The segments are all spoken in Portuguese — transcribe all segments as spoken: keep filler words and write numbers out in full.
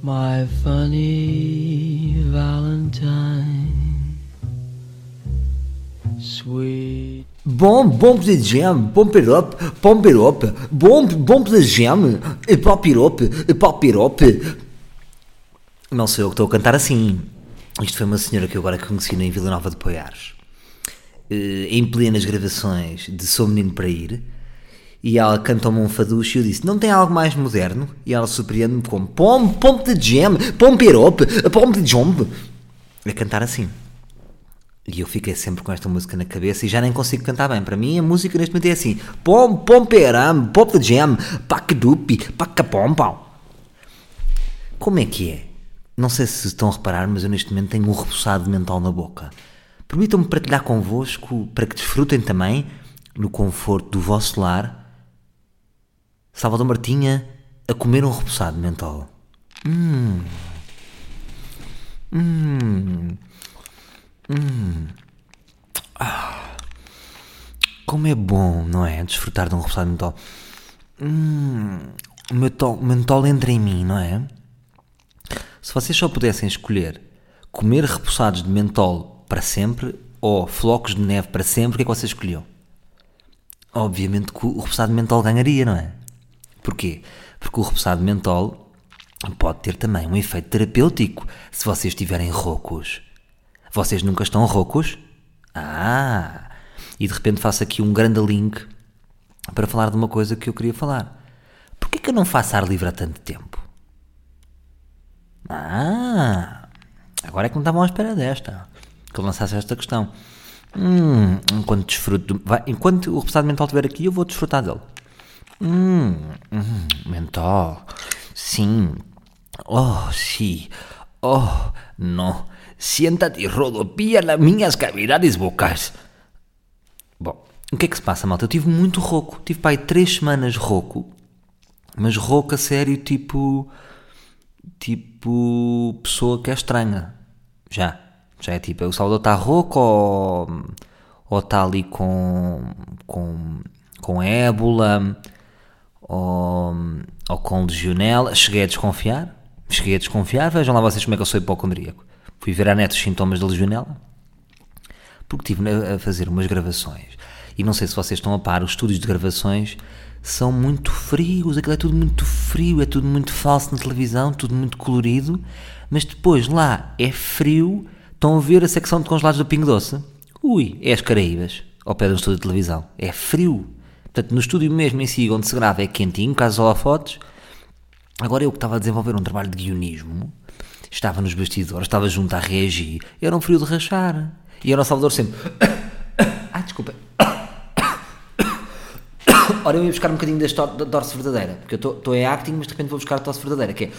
My funny Valentine, sweet. Bom, bom para jam, bom pirope, bom pirope, bom, bom para jam, e para pirope, e para pirope. Não sou eu que estou a cantar assim. Isto foi uma senhora que eu agora conheci na Vila Nova de Poiares, em plenas gravações de Sou Menino para Ir, e ela cantou-me um faducho e eu disse, não tem algo mais moderno? E ela surpreende-me como, pom, pom de jam, pom pirope, pom de jump, a cantar assim. E eu fiquei sempre com esta música na cabeça e já nem consigo cantar bem. Para mim a música neste momento é assim, pom, pom peram, pom de jam, pacadupi, pacapompau. Como é que é? Não sei se estão a reparar, mas eu neste momento tenho um repousado mental na boca. Permitam-me partilhar convosco, para que desfrutem também, no conforto do vosso lar, Salvador Martinha a comer um repousado mental. Hum. Hum. Hum. Ah. Como é bom, não é? Desfrutar de um repousado mental. Hum. O mentol, o mentol entra em mim, não é? Se vocês só pudessem escolher comer repousados de mentol para sempre ou flocos de neve para sempre, o que é que vocês escolhiam? Obviamente que o repousado de mentol ganharia, não é? Porquê? Porque o repousado de mentol pode ter também um efeito terapêutico se vocês estiverem roucos. Vocês nunca estão roucos? Ah! E de repente faço aqui um grande link para falar de uma coisa que eu queria falar. Porquê que eu não faço ar livre há tanto tempo? Ah! Agora é que não estavam à espera desta. Que eu lançasse esta questão. Hum, enquanto desfruto... Vai, enquanto o repousado mental estiver aqui, eu vou desfrutar dele. Hum, hum, mentol. Sim. Oh, sí. Oh, no. Siéntate y rodopia las minhas cavidades vocais. Bom, o que é que se passa, malta? Eu tive muito rouco. Tive, pai, três semanas rouco. Mas rouco a sério, tipo... Tipo... Pessoa que é estranha. Já. Já é tipo... O Salvador está rouco ou... Ou está ali com... Com... Com ébola... Ou, ou com legionela. Cheguei a desconfiar. Cheguei a desconfiar. Vejam lá vocês como é que eu sou hipocondríaco. Fui ver à net os sintomas da legionela. Porque estive a fazer umas gravações. E não sei se vocês estão a par. Os estúdios de gravações são muito frios. Aquilo é tudo muito frio. É tudo muito falso na televisão. Tudo muito colorido. Mas depois lá é frio. Estão a ver a secção de congelados do Pingo Doce? Ui, é as Caraíbas. Ao pé de um estúdio de televisão. É frio. Portanto, no estúdio mesmo em si, onde se grava, é quentinho, caso holofotes. Agora eu que estava a desenvolver um trabalho de guionismo, estava nos bastidores, estava junto a reagir, era um frio de rachar. E era o Salvador sempre... Ai, desculpa. Ora, eu ia buscar um bocadinho deste to- da tosse verdadeira, porque eu estou em acting, mas de repente vou buscar a tosse verdadeira, que é...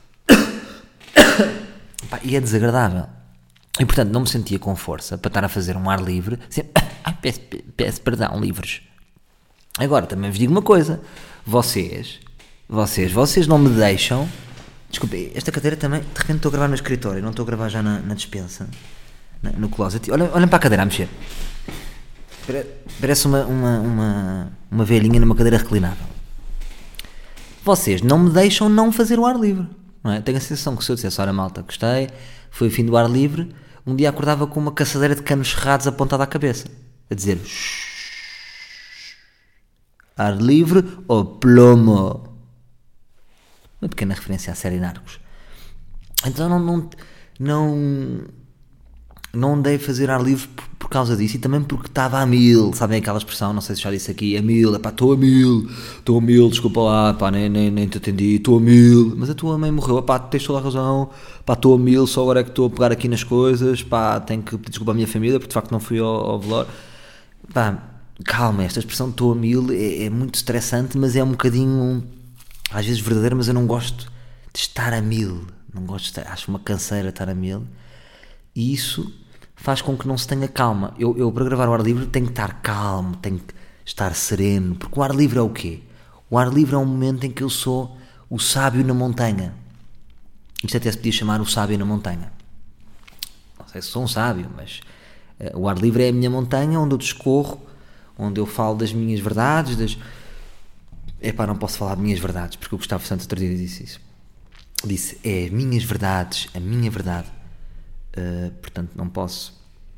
Pá, e é desagradável. E, portanto, não me sentia com força para estar a fazer um ar livre. Sempre... Ai, peço, peço perdão, livres. Agora, também vos digo uma coisa. Vocês, vocês, vocês não me deixam... Desculpe, esta cadeira também... De repente estou a gravar no escritório, não estou a gravar já na, na despensa. Na, no closet. Olhem, olhem para a cadeira a mexer. Parece uma, uma, uma, uma velhinha numa cadeira reclinável. Vocês não me deixam não fazer o ar livre. Não é? Tenho a sensação que se eu dissesse, ora malta, gostei, foi o fim do ar livre, um dia acordava com uma caçadeira de canos cerrados apontada à cabeça. A dizer... Ar livre ou plomo? Uma pequena referência à série Narcos. Então não não não, não dei fazer ar livre por, por causa disso e também porque estava a mil. Sabem aquela expressão? Não sei se já disse aqui, a mil. Epá, estou a mil, estou a mil, desculpa lá, pá, nem, nem, nem te atendi, estou a mil. Mas a tua mãe morreu, epá, tens toda a razão, pá, estou a mil, só agora é que estou a pegar aqui nas coisas, pá, tenho que pedir desculpa à minha família porque de facto não fui ao, ao velório. Pá, calma, esta expressão estou a mil é, é muito estressante, mas é um bocadinho, às vezes verdadeira, mas eu não gosto de estar a mil, não gosto de estar, acho uma canseira estar a mil, e isso faz com que não se tenha calma. Eu, eu para gravar o ar livre tenho que estar calmo, tenho que estar sereno, porque o ar livre é o quê? O ar livre é um momento em que eu sou o sábio na montanha. Isto até se podia chamar o sábio na montanha. Não sei se sou um sábio, mas uh, o ar livre é a minha montanha onde eu discorro, onde eu falo das minhas verdades, das... Epá, não posso falar de minhas verdades, porque o Gustavo Santos outro dia disse isso. disse, é as minhas verdades, a minha verdade. Uh, portanto, não posso.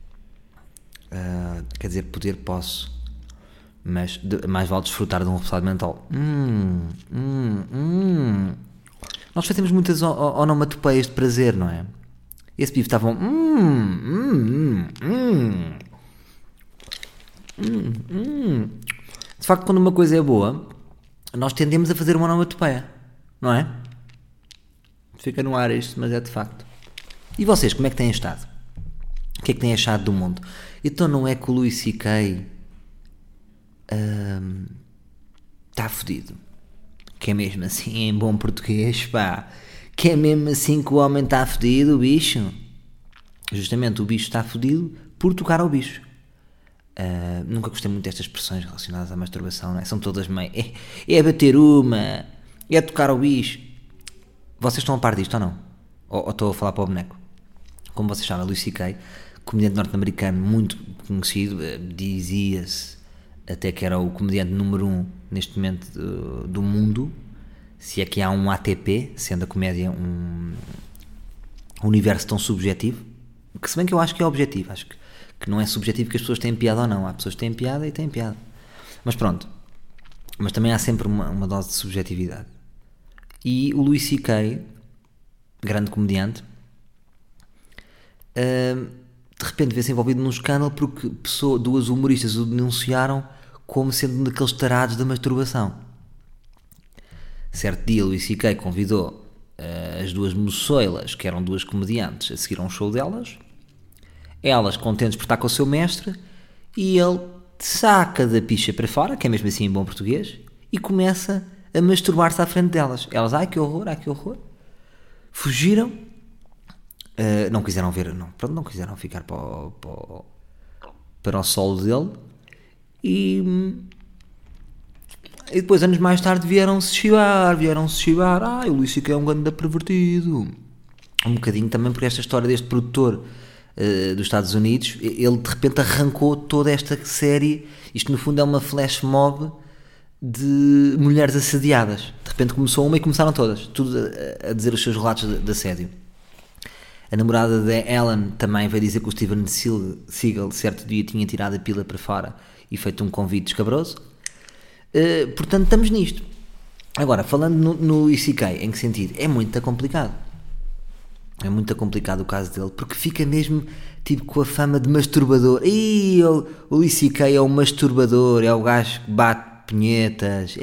Uh, quer dizer, poder posso. Mas de, mais vale desfrutar de um resultado mental. Hum, hum, hum. Nós fazemos muitas onomatopeias de prazer, não é? Esse bife estava um... Hum, hum, hum, hum, hum. De facto, quando uma coisa é boa, nós tendemos a fazer uma onomatopeia, não é? Fica no ar isto, mas é de facto. E vocês, como é que têm estado? O que é que têm achado do mundo? Então não é que o Louis C K está um, fodido? Que é mesmo assim em bom português, pá. Que é mesmo assim que o homem está fodido, o bicho. Justamente o bicho está fodido por tocar ao bicho. Uh, nunca gostei muito destas expressões relacionadas à masturbação, não é? São todas meio... É, é bater uma, é tocar ao bicho. Vocês estão a par disto ou não? Ou, ou estou a falar para o boneco? Como vocês sabem, Louis C K, comediante norte-americano muito conhecido, dizia-se até que era o comediante número um neste momento do, do mundo, se é que há um A T P, sendo a comédia um, um universo tão subjetivo, que se bem que eu acho que é objetivo, acho que, que não é subjetivo que as pessoas têm piada ou não, há pessoas que têm piada e têm piada, mas pronto, mas também há sempre uma, uma dose de subjetividade. E o Louis C K, grande comediante, uh, de repente vê-se envolvido num escândalo porque pessoa, duas humoristas o denunciaram como sendo um daqueles tarados da masturbação. Certo dia, Louis C K convidou uh, as duas moçoilas, que eram duas comediantes, a seguir a um show delas. Elas contentes por estar com o seu mestre, e ele saca da picha para fora, que é mesmo assim em bom português, e começa a masturbar-se à frente delas. Elas, ai que horror, ai que horror. Fugiram, uh, não quiseram ver, não, pronto, não quiseram ficar para o, para o, para o solo dele, e... E depois, anos mais tarde, vieram-se chibar, vieram-se chibar. Ah, o Luís C K é um grande pervertido. Um bocadinho também por esta história deste produtor uh, dos Estados Unidos. Ele, de repente, arrancou toda esta série. Isto, no fundo, é uma flash mob de mulheres assediadas. De repente começou uma e começaram todas. Tudo a, a dizer os seus relatos de, de assédio. A namorada da Ellen também veio dizer que o Steven Seagal, certo dia, tinha tirado a pila para fora e feito um convite escabroso. Uh, portanto, estamos nisto. Agora, falando no, no I C K, em que sentido? É muito complicado. É muito complicado o caso dele, porque fica mesmo tipo com a fama de masturbador. Ih, o, o I C K é o masturbador, é o gajo que bate punhetas.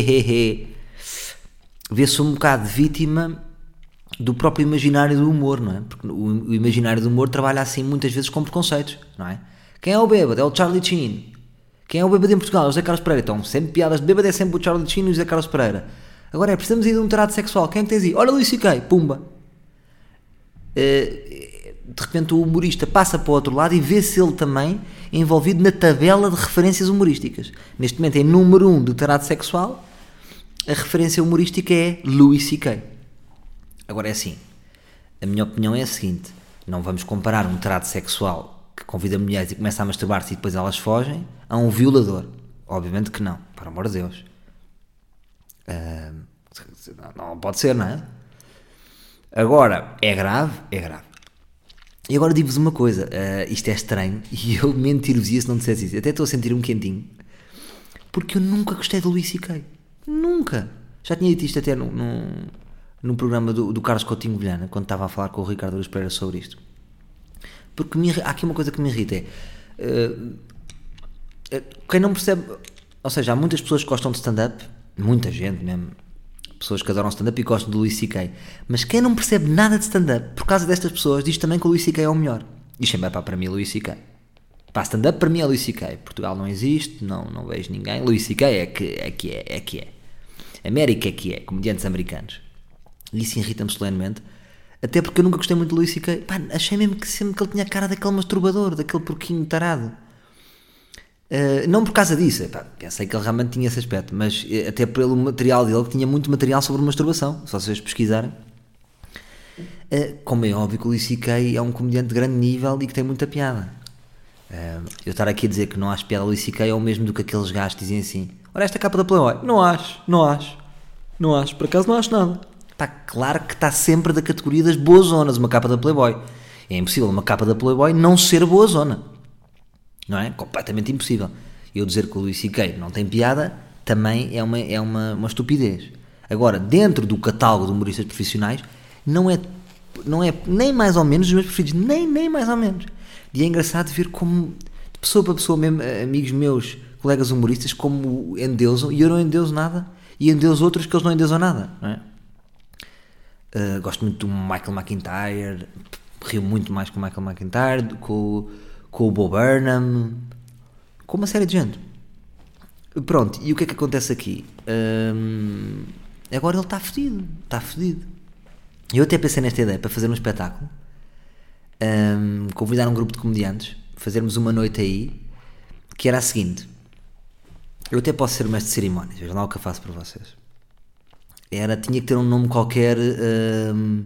Vê-se um bocado vítima do próprio imaginário do humor, não é? Porque o, o imaginário do humor trabalha assim muitas vezes com preconceitos, não é? Quem é o bêbado? É o Charlie Sheen. Quem é o bêbado em Portugal? É o José Carlos Pereira. Então, sempre piadas de bêbado é sempre o Charlie Sheen e o José Carlos Pereira. Agora é, precisamos ir de um tarado sexual. Quem é que tens aí? Olha o Luís C K. Pumba. Uh, de repente o humorista passa para o outro lado e vê-se ele também envolvido na tabela de referências humorísticas. Neste momento é número um do tarado sexual. A referência humorística é Louis C K. Agora é assim. A minha opinião é a seguinte. Não vamos comparar um tarado sexual que convida mulheres e começa a masturbar-se e depois elas fogem, a um violador. Obviamente que não, por amor de Deus. Uh, não pode ser, não é? Agora, é grave? É grave. E agora digo-vos uma coisa, uh, isto é estranho, e eu mentir-vos-ia se não dissesse isso. Até estou a sentir um quentinho, porque eu nunca gostei do Louis C K. Nunca. Já tinha dito isto até no, no, no programa do, do Carlos Coutinho Vilhena, quando estava a falar com o Ricardo Aruz Pereira sobre isto. Porque me, há aqui uma coisa que me irrita, é uh, uh, quem não percebe, ou seja, há muitas pessoas que gostam de stand-up, muita gente mesmo, pessoas que adoram stand-up e gostam do Louis C K, mas quem não percebe nada de stand-up, por causa destas pessoas, diz também que o Louis C K é o melhor. E sempre é pá, para mim Louis C K. Pá, stand-up para mim é Louis C K. Portugal não existe, não, não vejo ninguém. Louis C K é que é, que é, é que é. América é que é, comediantes americanos. E isso irrita-me solenemente. Até porque eu nunca gostei muito do Louis C K. Pá, achei mesmo que sempre que ele tinha a cara daquele masturbador, daquele porquinho tarado. Uh, não por causa disso, pá, pensei que ele realmente tinha esse aspecto, mas até pelo material dele, que tinha muito material sobre masturbação, se vocês pesquisarem. Uh, como é óbvio que o Louis C K é um comediante de grande nível e que tem muita piada. Uh, eu estar aqui a dizer que não acho piada ao Louis C K é o mesmo do que aqueles gajos que dizem assim: olha esta capa da Playboy. Não acho, não acho, não acho, por acaso não acho nada. Pá, claro que está sempre da categoria das boas zonas, uma capa da Playboy. É impossível uma capa da Playboy não ser boa zona. Não é? Completamente impossível. Eu dizer que o Luís C K não tem piada também é uma, é uma, uma estupidez. Agora, dentro do catálogo de humoristas profissionais, não é, não é nem mais ou menos os meus preferidos, nem, nem mais ou menos. E é engraçado ver como, de pessoa para pessoa, mesmo amigos meus, colegas humoristas, como endeusam, e eu não endeuso nada, e endeuso outros que eles não endeusam nada. Não é? Uh, gosto muito do Michael McIntyre, rio muito mais com o Michael McIntyre, com, com o Bo Burnham, com uma série de gente. Pronto, e o que é que acontece aqui? Um, agora ele está fedido, está fedido. Eu até pensei nesta ideia para fazer um espetáculo, um, convidar um grupo de comediantes, fazermos uma noite aí, que era a seguinte. Eu até posso ser o mestre de cerimónias, veja lá o que eu faço para vocês. Era, tinha que ter um nome qualquer. Um,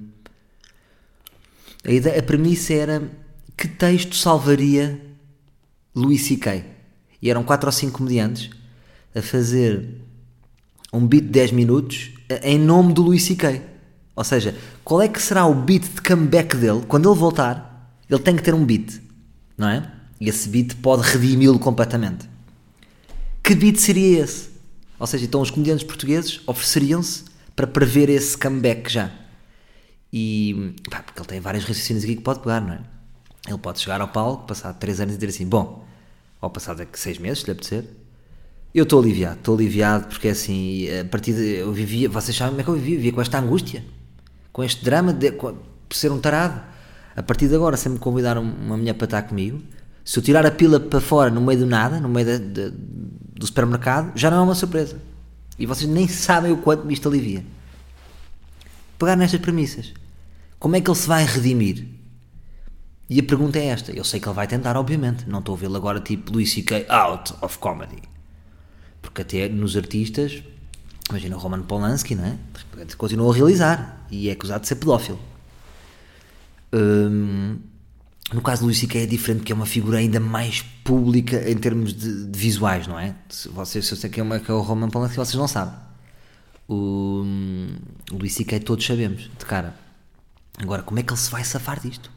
a, ideia, a premissa era: que texto salvaria Luís C K? E eram quatro ou cinco comediantes a fazer um beat de dez minutos em nome do Luís C K. Ou seja, qual é que será o beat de comeback dele? Quando ele voltar, ele tem que ter um beat, não é? E esse beat pode redimi-lo completamente. Que beat seria esse? Ou seja, então os comediantes portugueses ofereceriam-se para prever esse comeback já. E, pá, porque ele tem várias raciocínios aqui que pode pegar, não é? Ele pode chegar ao palco, passar três anos e dizer assim, bom, ou passar daqui seis meses, se lhe apetecer, eu estou aliviado, estou aliviado porque assim, a partir de, eu vivia, vocês sabem como é que eu vivia, vivia com esta angústia, com este drama de, com, por ser um tarado. A partir de agora, se me convidar uma mulher para estar comigo, se eu tirar a pila para fora no meio do nada, no meio de, de, do supermercado, já não é uma surpresa. E vocês nem sabem o quanto me isto alivia. Pegar nestas premissas. Como é que ele se vai redimir? E a pergunta é esta. Eu sei que ele vai tentar, obviamente. Não estou a vê-lo agora tipo Luís C K out of comedy. Porque até nos artistas, imagina o Roman Polanski, não é? De repente continua a realizar. E é acusado de ser pedófilo. Hum, no caso do Luís C K é diferente, porque é uma figura ainda mais pública em termos de, de visuais, não é? Se vocês, se eu sei que é, uma, que é o Roman Polanski, vocês não sabem. O, o Luís C K todos sabemos, de cara. Agora, como é que ele se vai safar disto?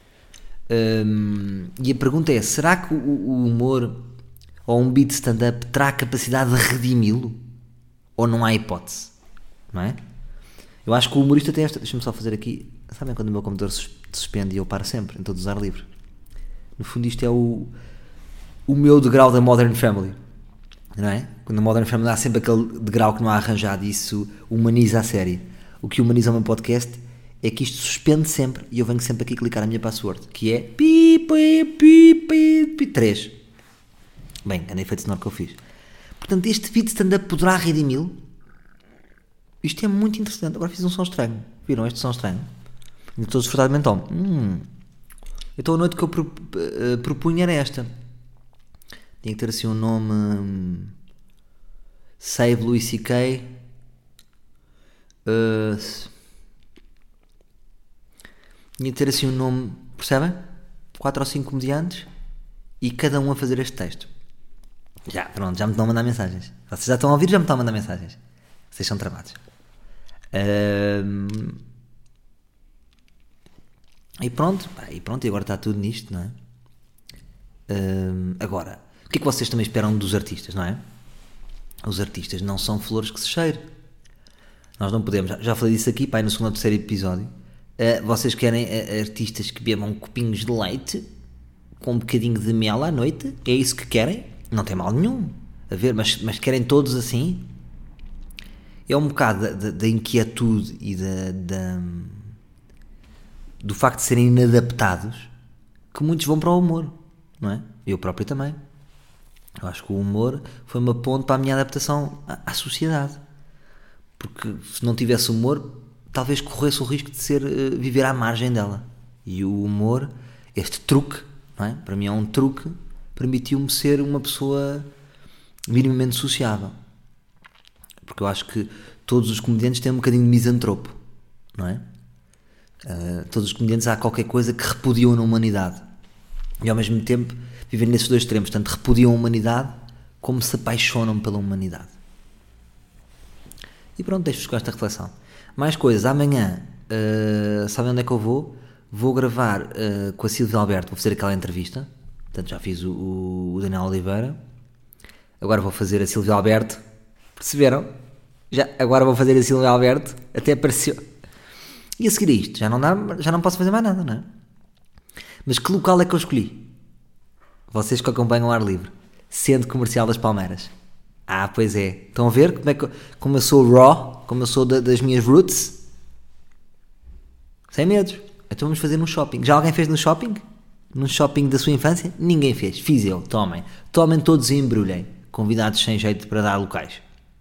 Um, e a pergunta é, será que o, o humor ou um beat stand-up terá a capacidade de redimi-lo? Ou não há hipótese? Não é? Eu acho que o humorista tem esta... Deixa-me só fazer aqui... Sabem quando o meu computador se suspende e eu paro sempre em todos os ar livre? No fundo isto é o, o meu degrau da Modern Family. Não é? Quando a Modern Family há sempre aquele degrau que não há arranjado, isso humaniza a série. O que humaniza o meu podcast é que isto suspende sempre e eu venho sempre aqui clicar a minha password, que é pi, pi, pi, pi, pi, três. Bem, andei feito sonoro que eu fiz. Portanto, este vídeo stand-up poderá redimi-lo? Isto é muito interessante. Agora fiz um som estranho. Viram este som estranho? Ainda estou desfrutado mental. Hum. Então a noite que eu pro, uh, propunha era esta. Tinha que ter assim um nome... Um, Save Luís C K. Uh, tinha que ter assim um nome... Percebem? Quatro ou cinco comediantes e cada um a fazer este texto. Já, pronto, já me estão a mandar mensagens. Vocês já estão a ouvir, já me estão a mandar mensagens. Vocês são tramados. Um, e pronto, pá, e pronto, e agora está tudo nisto, não é? Um, agora, o que é que vocês também esperam dos artistas, não é? Os artistas não são flores que se cheirem. Nós não podemos, já, já falei disso aqui, pá, no segundo ou terceiro episódio. Uh, vocês querem uh, artistas que bebam copinhos de leite com um bocadinho de mel à noite? É isso que querem? Não tem mal nenhum a ver, mas, mas querem todos assim? É um bocado da, da, da inquietude e da, da, do facto de serem inadaptados que muitos vão para o humor, não é? Eu próprio também. Eu acho que o humor foi uma ponte para a minha adaptação à, à sociedade. Porque se não tivesse humor, talvez corresse o risco de ser, uh, viver à margem dela. E o humor, este truque, não é? Para mim é um truque, permitiu-me ser uma pessoa minimamente sociável. Porque eu acho que todos os comediantes têm um bocadinho de misantropo, não é? Uh, todos os comediantes há qualquer coisa que repudiam na humanidade. E ao mesmo tempo vivem nesses dois extremos. Tanto repudiam a humanidade como se apaixonam pela humanidade. E pronto, deixo-vos com esta reflexão. Mais coisas, amanhã, uh, sabem onde é que eu vou? Vou gravar uh, com a Silvia Alberto, vou fazer aquela entrevista. Portanto, já fiz o, o Daniel Oliveira. Agora vou fazer a Silvia Alberto. Perceberam? Já, agora vou fazer a Silvia Alberto. Até apareceu. E a seguir a isto, já não, dá, já não posso fazer mais nada, não é? Mas que local é que eu escolhi? Vocês que acompanham o Ar Livre. Centro Comercial das Palmeiras. Ah, pois é. Estão a ver como, é que, como eu sou raw? Como eu sou da, das minhas roots? Sem medos. Então vamos fazer num shopping. Já alguém fez no shopping? Num shopping da sua infância? Ninguém fez. Fiz eu. Tomem. Tomem todos e embrulhem. Convidados sem jeito para dar locais.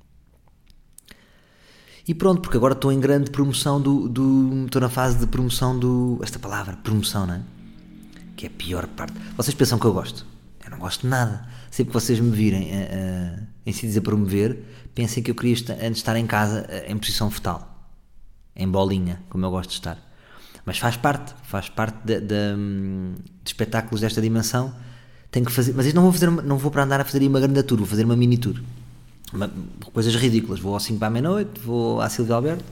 E pronto, porque agora estou em grande promoção do, do... Estou na fase de promoção do... Esta palavra, promoção, não é? Que é a pior parte. Vocês pensam que eu gosto? Eu não gosto de nada. Sempre que vocês me virem uh, uh, em sítios a promover, pensem que eu queria estar, antes de estar em casa uh, em posição fetal. Em bolinha, como eu gosto de estar. Mas faz parte. Faz parte de, de, um, de espetáculos desta dimensão. Tenho que fazer... Mas isto não vou, fazer, não vou para andar a fazer uma grande tour. Vou fazer uma mini tour. Uma, coisas ridículas. Vou ao cinco para a meia-noite, vou à Silvia Alberto.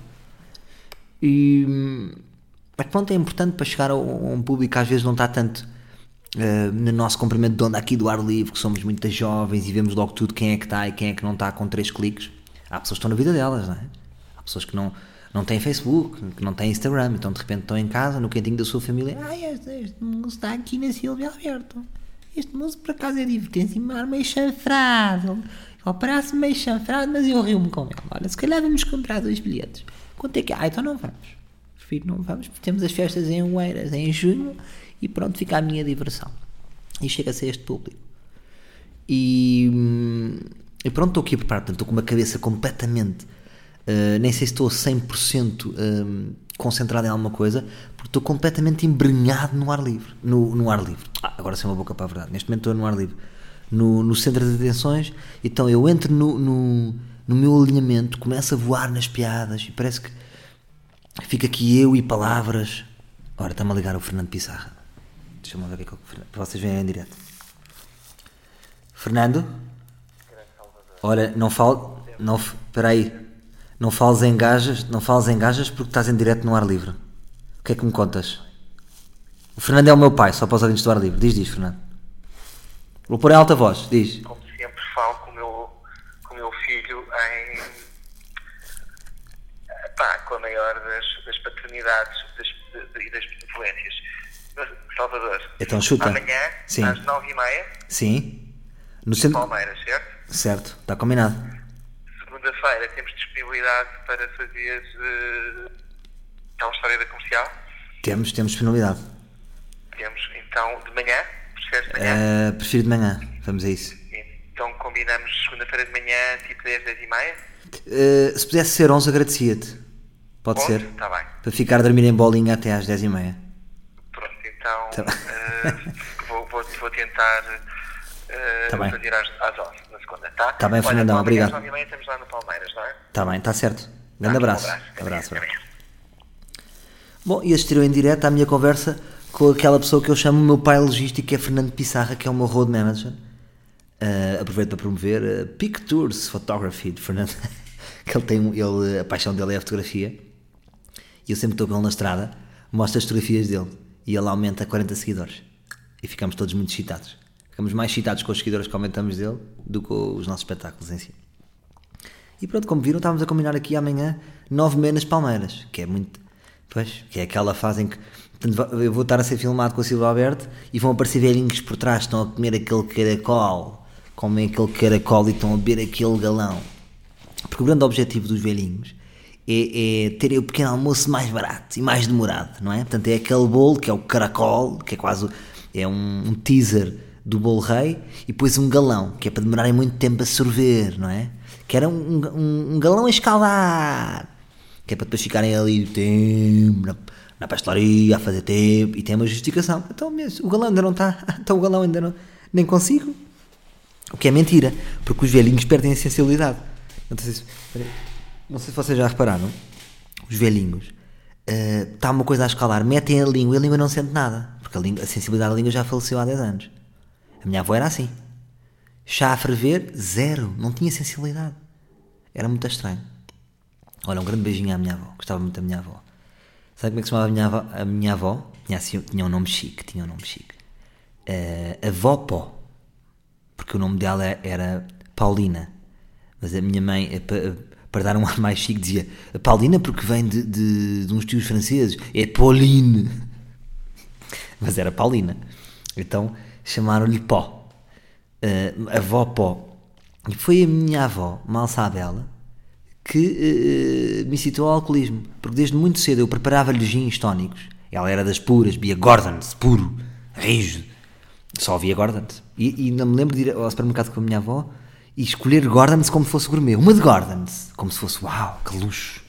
E... Mas pronto, é importante para chegar a um público que às vezes não está tanto uh, no nosso comprimento de onda aqui do Ar Livre, que somos muito jovens e vemos logo tudo quem é que está e quem é que não está com três cliques. Há pessoas que estão na vida delas, não é? Há pessoas que não, não têm Facebook, que não têm Instagram, então de repente estão em casa, no cantinho da sua família. Ah, este, este moço está aqui na Silvia Alberto. Este moço por acaso é divertido, tem assim meio chanfrado. Ele parece meio chanfrado, mas eu rio-me com ele. Olha, se calhar vamos comprar dois bilhetes. Quanto é que é? Ah, então não vamos. Prefiro não vamos, porque temos as festas em Oeiras em junho e pronto, fica a minha diversão. E chega a ser este público. E, e pronto, estou aqui a preparar, portanto, estou com uma cabeça completamente, uh, nem sei se estou cem por cento um, concentrado em alguma coisa, porque estou completamente embrenhado no ar livre. No, no ar livre. Ah, agora sem uma boca para a verdade. Neste momento estou no ar livre. No, no centro de atenções, então eu entro no, no, no meu alinhamento, começo a voar nas piadas e parece que fica aqui eu e palavras. Ora, está-me a ligar o Fernando Pissarra. Deixa-me ver o que é que eu... Para vocês verem em direto. Fernando? Olha, não fale... Não, espera aí. Não fales em gajas, não fales em gajas porque estás em direto no Ar Livre. O que é que me contas? O Fernando é o meu pai, só para os ouvintes do Ar Livre. Diz, diz, Fernando. Vou pôr em alta voz, diz. Como sempre falo com o meu, com o meu filho em... Pá, com a maior das, das paternidades das, de, e das benevolências. Salvador, então chuta. Amanhã, sim, às nove e meia, sim, no centro... Palmeiras, certo? Certo, está combinado. Segunda-feira temos disponibilidade para fazer uh, aquela história da comercial? Temos, temos disponibilidade. Temos, então, de manhã? Preferes de manhã? Uh, prefiro de manhã, vamos a isso. Então combinamos segunda-feira de manhã, tipo dez, dez e meia? Uh, se pudesse ser onze, agradecia-te. Pode onze? ser? Está bem. Para ficar a dormir em bolinha até às dez e meia. Pronto, então Tá uh, vou, vou, vou tentar uh, tá fazer às, às onze na segunda, tá? Está bem, Olha, Fernandão, então, obrigado. Às nove e meia estamos lá no Palmeiras, não é? Está bem, está certo. Grande Tá, abraço. Um abraço. Abraço, Até abraço. amanhã. Bom, e assistiram em direto à minha conversa com aquela pessoa que eu chamo o meu pai logístico, que é Fernando Pissarra, que é o meu road manager. Uh, aproveito para promover uh, Peak Tours Photography de Fernando. Que ele tem, ele, a paixão dele é a fotografia. E eu sempre estou com ele na estrada, mostro as fotografias dele e ele aumenta quarenta seguidores. E ficamos todos muito excitados. Ficamos mais excitados com os seguidores que aumentamos dele do que com os nossos espetáculos em si. E pronto, como viram, estávamos a combinar aqui amanhã nove e meia nas Palmeiras, que é muito... Pois, que é aquela fase em que... Portanto, eu vou estar a ser filmado com a Silvia Alberto e vão aparecer velhinhos por trás, estão a comer aquele caracol, comem aquele caracol e estão a beber aquele galão. Porque o grande objetivo dos velhinhos é, é terem o pequeno almoço mais barato e mais demorado, não é? Portanto, é aquele bolo que é o caracol, que é quase é um, um teaser do bolo rei, e depois um galão, que é para demorarem muito tempo a sorver, não é? Que era um, um, um galão a escaldar, que é para depois ficarem ali tempo na, na pastelaria a fazer tempo, e tem uma justificação. Então mesmo, o galão ainda não está, então o galão ainda não, nem consigo. O que é mentira, porque os velhinhos perdem a sensibilidade. Não sei se, não sei se vocês já repararam, os velhinhos, uh, está uma coisa a escalar, metem a língua e a língua não sente nada, porque a, língua, a sensibilidade da língua já faleceu há dez anos. A minha avó era assim. Chá a ferver, zero, não tinha sensibilidade. Era muito estranho. Olha, um grande beijinho à minha avó, gostava muito da minha avó. Sabe como é que se chamava a minha avó? A minha avó tinha, assim, tinha um nome chique, tinha um nome chique. Uh, avó Pó, porque o nome dela era Paulina, mas a minha mãe, para dar um ar mais chique, dizia Paulina porque vem de, de, de uns tios franceses, é Pauline, mas era Paulina, então chamaram-lhe Pó, uh, avó Pó, e foi a minha avó, mal sabe ela, que uh, me incitou ao alcoolismo, porque desde muito cedo eu preparava-lhe gins tónicos, ela era das puras, bebia Gordon's, puro, rijo, só havia Gordon's, e, e não me lembro de ir ao supermercado com a minha avó e escolher Gordon's como se fosse gourmet, uma de Gordon's, como se fosse, uau, que luxo,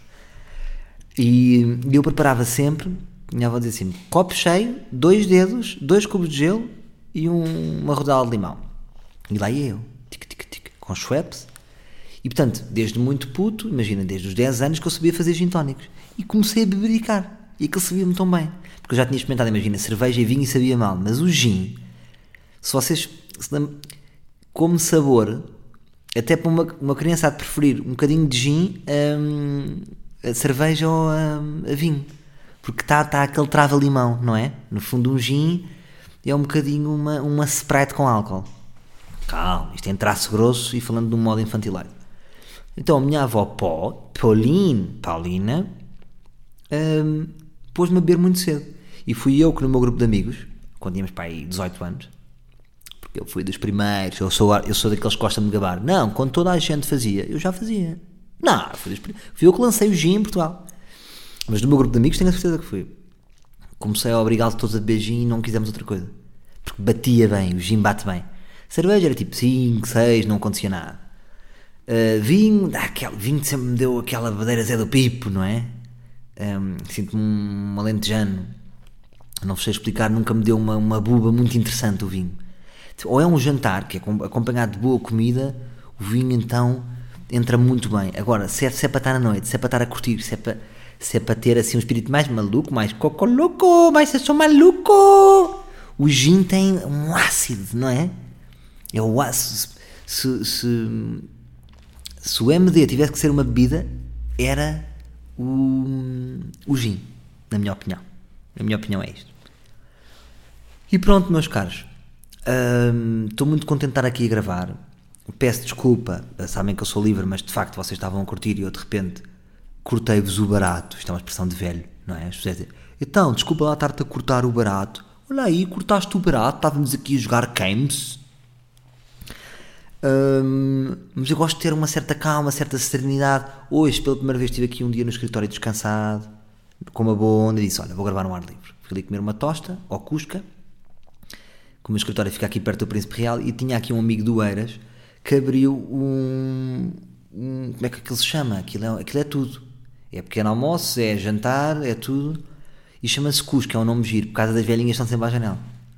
e eu preparava sempre, minha avó dizia assim, copo cheio, dois dedos, dois cubos de gelo e um, uma rodela de limão, e lá ia eu, tic, tic, tic, com Schweppes, e portanto, desde muito puto, imagina, desde os dez anos que eu sabia fazer gin tónicos, e comecei a bebericar, e aquilo sabia-me tão bem, porque eu já tinha experimentado, imagina, cerveja e vinho e sabia mal, mas o gin, se vocês, se lembram, como sabor, até para uma, uma criança há de preferir um bocadinho de gin hum, a cerveja ou a, a vinho, porque está tá aquele trava-limão, não é? No fundo um gin é um bocadinho uma, uma Sprite com álcool. Calma, isto é em traço grosso e falando de um modo infantilado. Então a minha avó Pó, Pauline, Paulina, hum, pôs-me a beber muito cedo. E fui eu que no meu grupo de amigos, quando tínhamos para aí dezoito anos, porque eu fui dos primeiros, eu sou, eu sou daqueles que gostam de gabar. Não, quando toda a gente fazia, eu já fazia. Não, fui, dos, fui eu que lancei o gin em Portugal. Mas no meu grupo de amigos tenho a certeza que fui. Comecei a obrigá-los todos a beber gin e não quisemos outra coisa. Porque batia bem, o gin bate bem. Cerveja era tipo cinco, seis, não acontecia nada. Uh, vinho, ah, aquele, vinho sempre me deu aquela badeira Zé do Pipo, não é? Um, sinto-me um alentejano. Não vos sei explicar, nunca me deu uma, uma buba muito interessante o vinho. Ou é um jantar, que é acompanhado de boa comida, o vinho então entra muito bem. Agora, se é, se é para estar à noite, se é para estar a curtir, se é para, se é para ter assim um espírito mais maluco, mais cocoloco, mais eu sou maluco, o gin tem um ácido, não é? É o ácido. Se, se, se o M D tivesse que ser uma bebida, era o, o gin, na minha opinião. Na minha opinião é isto. E pronto, meus caros. Estou um, muito contente de estar aqui a gravar. Peço desculpa, sabem que eu sou livre, mas de facto vocês estavam a curtir e eu de repente cortei-vos o barato. Isto é uma expressão de velho, não é? As pessoas dizem, então, desculpa lá estar-te a cortar o barato. Olha aí, cortaste o barato, estávamos aqui a jogar games. Um, mas eu gosto de ter uma certa calma, uma certa serenidade. Hoje, pela primeira vez, estive aqui um dia no escritório descansado, com uma boa onda, e disse, olha, vou gravar um ar livre. Fui ali comer uma tosta, ou cusca, que o meu escritório fica aqui perto do Príncipe Real, e tinha aqui um amigo do Eiras que abriu um, um como é que aquilo se chama? Aquilo é, aquilo é tudo, é pequeno almoço, é jantar, é tudo, e chama-se Cusca, é um nome giro, por causa das velhinhas que estão sempre à janela.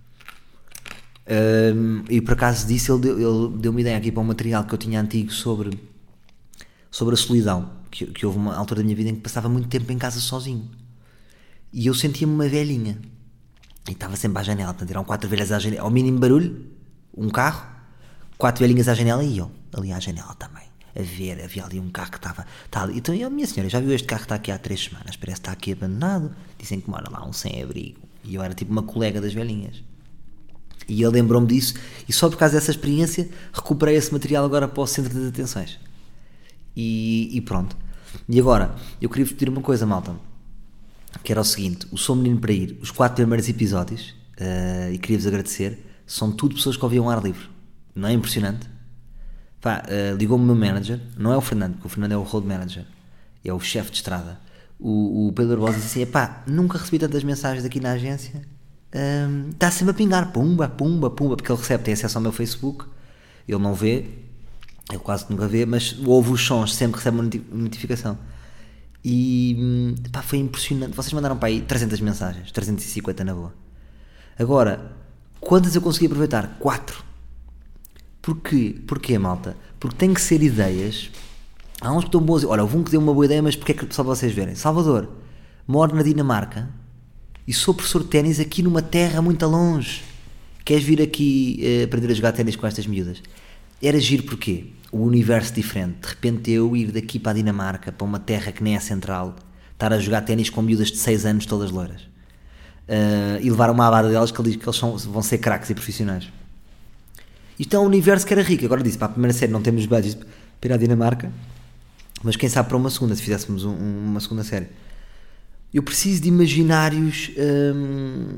Um, e por acaso disso ele deu, ele deu uma ideia aqui para um material que eu tinha antigo sobre, sobre a solidão, que, que houve uma altura da minha vida em que passava muito tempo em casa sozinho, e eu sentia-me uma velhinha, e estava sempre à janela, portanto eram quatro velhas à janela, ao mínimo barulho, um carro, quatro velhinhas à janela e eu, ali à janela também, a ver, havia ali um carro que estava, estava ali. Então eu, minha senhora, já viu este carro que está aqui há três semanas, parece que está aqui abandonado, dizem que mora lá um sem-abrigo, e eu era tipo uma colega das velhinhas, e ele lembrou-me disso, e só por causa dessa experiência recuperei esse material agora para o centro das atenções, e, e pronto. E agora, eu queria vos pedir uma coisa, malta, que era o seguinte, o Sou Menino para Ir, os quatro primeiros episódios, uh, e queria-vos agradecer, são tudo pessoas que ouviam ar livre, não é impressionante? Pá, uh, ligou-me o meu manager, não é o Fernando, porque o Fernando é o road manager, é o chefe de estrada, o, o Pedro Barbosa disse assim, pá, nunca recebi tantas mensagens aqui na agência, um, está sempre a pingar, pumba, pumba, pumba, porque ele recebe, tem acesso ao meu Facebook, ele não vê, ele quase nunca vê, mas ouve os sons, sempre recebe uma notificação. E pá, foi impressionante. Vocês mandaram para aí trezentas mensagens, trezentas e cinquenta na boa. Agora, quantas eu consegui aproveitar? quatro. Porquê? Porquê, malta? Porque tem que ser ideias. Há uns que estão boas. Olha, houve um que deu uma boa ideia, mas porque é que só para vocês verem? Salvador, moro na Dinamarca e sou professor de ténis aqui numa terra muito longe. Queres vir aqui uh, aprender a jogar ténis com estas miúdas? Era giro porquê? o universo diferente. De repente eu ir daqui para a Dinamarca, para uma terra que nem é central, estar a jogar ténis com miúdas de seis anos todas loiras. Uh, e levar uma abada delas que ele diz que eles são, vão ser craques e profissionais. Isto é um universo que era rico. Agora disse, para a primeira série não temos budget para ir à Dinamarca, mas quem sabe para uma segunda, se fizéssemos um, uma segunda série. Eu preciso de imaginários hum,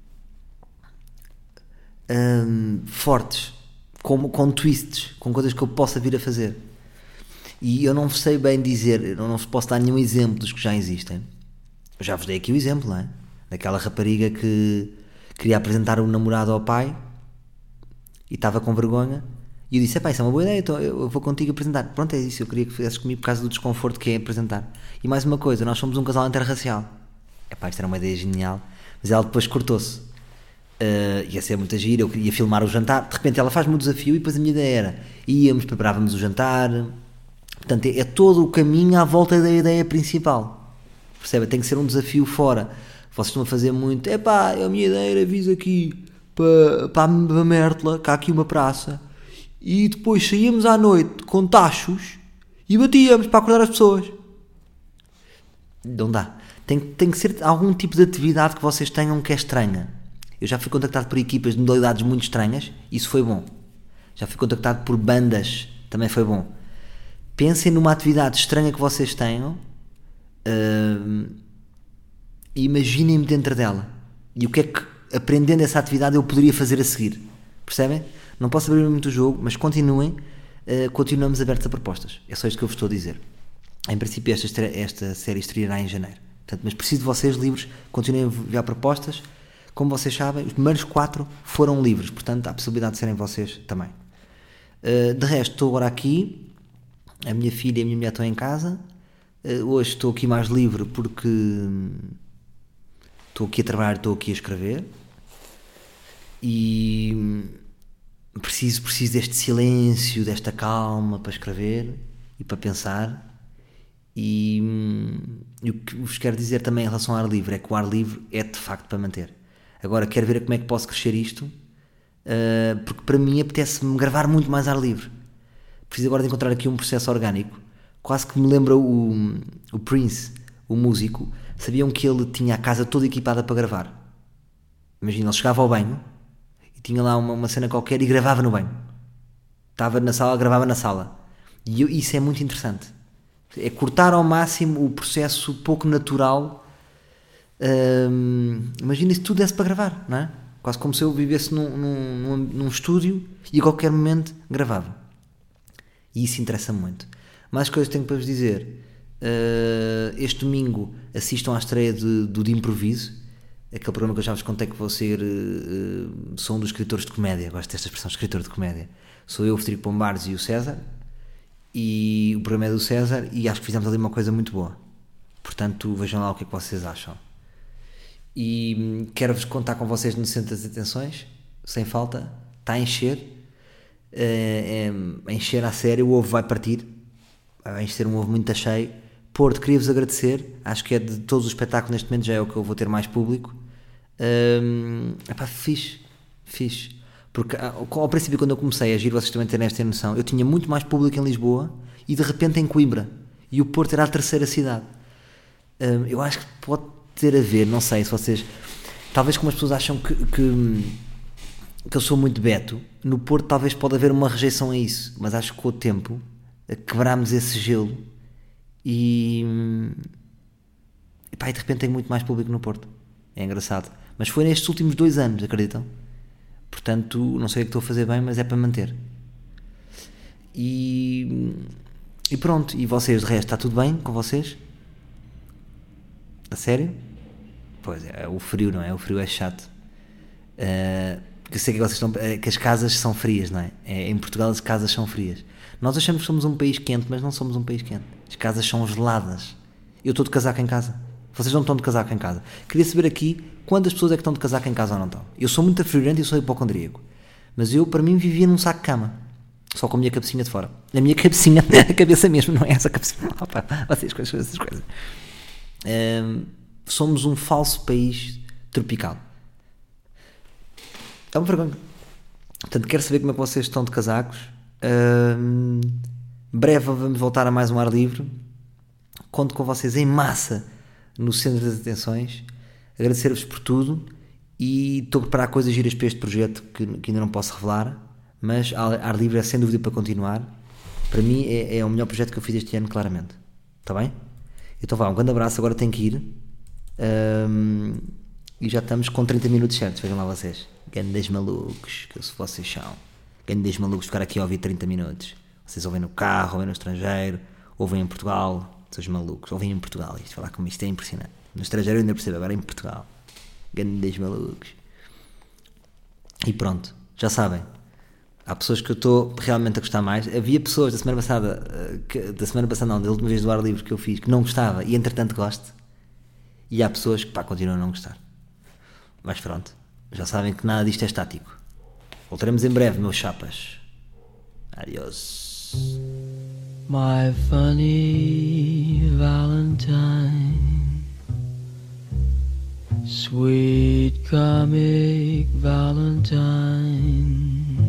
hum, fortes, com, com twists, com coisas que eu possa vir a fazer. E eu não sei bem dizer, eu não vos posso dar nenhum exemplo dos que já existem. Eu já vos dei aqui o exemplo, não é? Daquela rapariga que queria apresentar o namorado ao pai e estava com vergonha. E eu disse, epá, isso é uma boa ideia, então eu vou contigo apresentar. Pronto, é isso, eu queria que fizesses comigo por causa do desconforto que é apresentar. E mais uma coisa, nós somos um casal interracial. Epá, isto era uma ideia genial, mas ela depois cortou-se. Uh, ia ser muita gira, eu queria filmar o jantar. De repente ela faz-me o desafio e depois a minha ideia era, íamos, preparávamos o jantar. Portanto, é, é todo o caminho à volta da ideia principal. Percebe? Tem que ser um desafio fora. Vocês estão a fazer muito, epá, a minha ideia era vir aqui para, para a Mértola, cá aqui uma praça, e depois saíamos à noite com tachos e batíamos para acordar as pessoas. Não dá. Tem, tem que ser algum tipo de atividade que vocês tenham que é estranha. Eu já fui contactado por equipas de modalidades muito estranhas, isso foi bom. Já fui contactado por bandas, também foi bom. Pensem numa atividade estranha que vocês tenham uh, e imaginem-me dentro dela. E o que é que, aprendendo essa atividade, eu poderia fazer a seguir. Percebem? Não posso abrir muito o jogo, mas continuem, uh, continuamos abertos a propostas. É só isto que eu vos estou a dizer. Em princípio, esta, esta série estreará em janeiro. Portanto, mas preciso de vocês livres, continuem a enviar propostas. Como vocês sabem, os primeiros quatro foram livres, portanto há a possibilidade de serem vocês também. Uh, de resto, estou agora aqui, a minha filha e a minha mulher estão em casa. Uh, hoje estou aqui mais livre porque estou aqui a trabalhar, estou aqui a escrever. E preciso, preciso deste silêncio, desta calma para escrever e para pensar. E, e o que vos quero dizer também em relação ao ar livre é que o ar livre é de facto para manter. Agora quero ver como é que posso crescer isto, uh, porque para mim apetece-me gravar muito mais ar livre. Preciso agora de encontrar aqui um processo orgânico, quase que me lembra o, o Prince, o músico. Sabiam que ele tinha a casa toda equipada para gravar? Imagina, ele chegava ao banho e tinha lá uma, uma cena qualquer e gravava no banho. Estava na sala, gravava na sala. E eu, isso é muito interessante. É cortar ao máximo o processo pouco natural. Hum, imagina se tudo desse para gravar, não é? Quase como se eu vivesse num, num, num, num estúdio e a qualquer momento gravava. E isso interessa muito. Mais coisas tenho para vos dizer. Uh, este domingo assistam à estreia de, do De Improviso, aquele programa que eu já vos contei que vou ser uh, sou um dos escritores de comédia. Gosto desta expressão, escritor de comédia. Sou eu, o Frederico Pombares e o César, e o programa é do César e acho que fizemos ali uma coisa muito boa. Portanto, vejam lá o que é que vocês acham. E quero-vos contar com vocês no Centro das Atenções, sem falta. Está a encher, é, é, a encher a sério, o ovo vai partir, vai encher um ovo muito cheio. Porto, queria-vos agradecer, acho que é de todos os espetáculos neste momento já é o que eu vou ter mais público. Um, epá, fixe, fixe. Porque ao princípio, quando eu comecei a agir, vocês também terem esta noção, eu tinha muito mais público em Lisboa e de repente em Coimbra, e o Porto era a terceira cidade. Um, eu acho que pode ter a ver, não sei se vocês, talvez como as pessoas acham que, que, que eu sou muito beto, no Porto talvez pode haver uma rejeição a isso, mas acho que com o tempo quebrámos esse gelo e, e, pá, e de repente tenho muito mais público no Porto. É engraçado, mas foi nestes últimos dois anos, acreditam? Portanto, não sei o que estou a fazer bem, mas é para manter. E, e pronto, e vocês, de resto, está tudo bem com vocês? A sério? Pois é, o frio, não é? O frio é chato. Uh, eu sei que vocês estão, que as casas são frias, não é? é? Em Portugal as casas são frias. Nós achamos que somos um país quente, mas não somos um país quente. As casas são geladas. Eu estou de casaco em casa. Vocês não estão de casaco em casa. Queria saber aqui quantas pessoas é que estão de casaco em casa ou não estão. Eu sou muito friorento e sou hipocondríaco. Mas eu, para mim, vivia num saco de cama. Só com a minha cabecinha de fora. A minha cabecinha, a cabeça mesmo, não é essa cabecinha. Opa, vocês com essas coisas. Um, somos um falso país tropical. É uma vergonha. Portanto, quero saber como é que vocês estão de casacos. Hum, breve vamos voltar a mais um ar livre. Conto com vocês em massa no centro das atenções. Agradecer-vos por tudo e estou a preparar coisas giras para este projeto que, que ainda não posso revelar, mas ar livre é sem dúvida para continuar. Para mim é, é o melhor projeto que eu fiz este ano, claramente. Está bem? Então vá, um grande abraço, agora tenho que ir. Um, e já estamos com trinta minutos certos, vejam lá vocês. Grandes malucos, que eu se vocês são. Grandes malucos, ficar aqui a ouvir trinta minutos. Vocês ouvem no carro, ouvem no estrangeiro, ouvem em Portugal, seus malucos, ouvem em Portugal. Isto, falar como isto é impressionante. No estrangeiro eu ainda percebo, agora em Portugal. Grandes malucos. E pronto, já sabem. Há pessoas que eu estou realmente a gostar mais. Havia pessoas da semana passada, que, da semana passada não, da última vez do ar livre que eu fiz, que não gostava e entretanto gosto. E há pessoas que pá, continuam a não gostar. Mas pronto, já sabem que nada disto é estático. Voltaremos em breve, meus chapas. Adiós. My funny Valentine, sweet comic Valentine.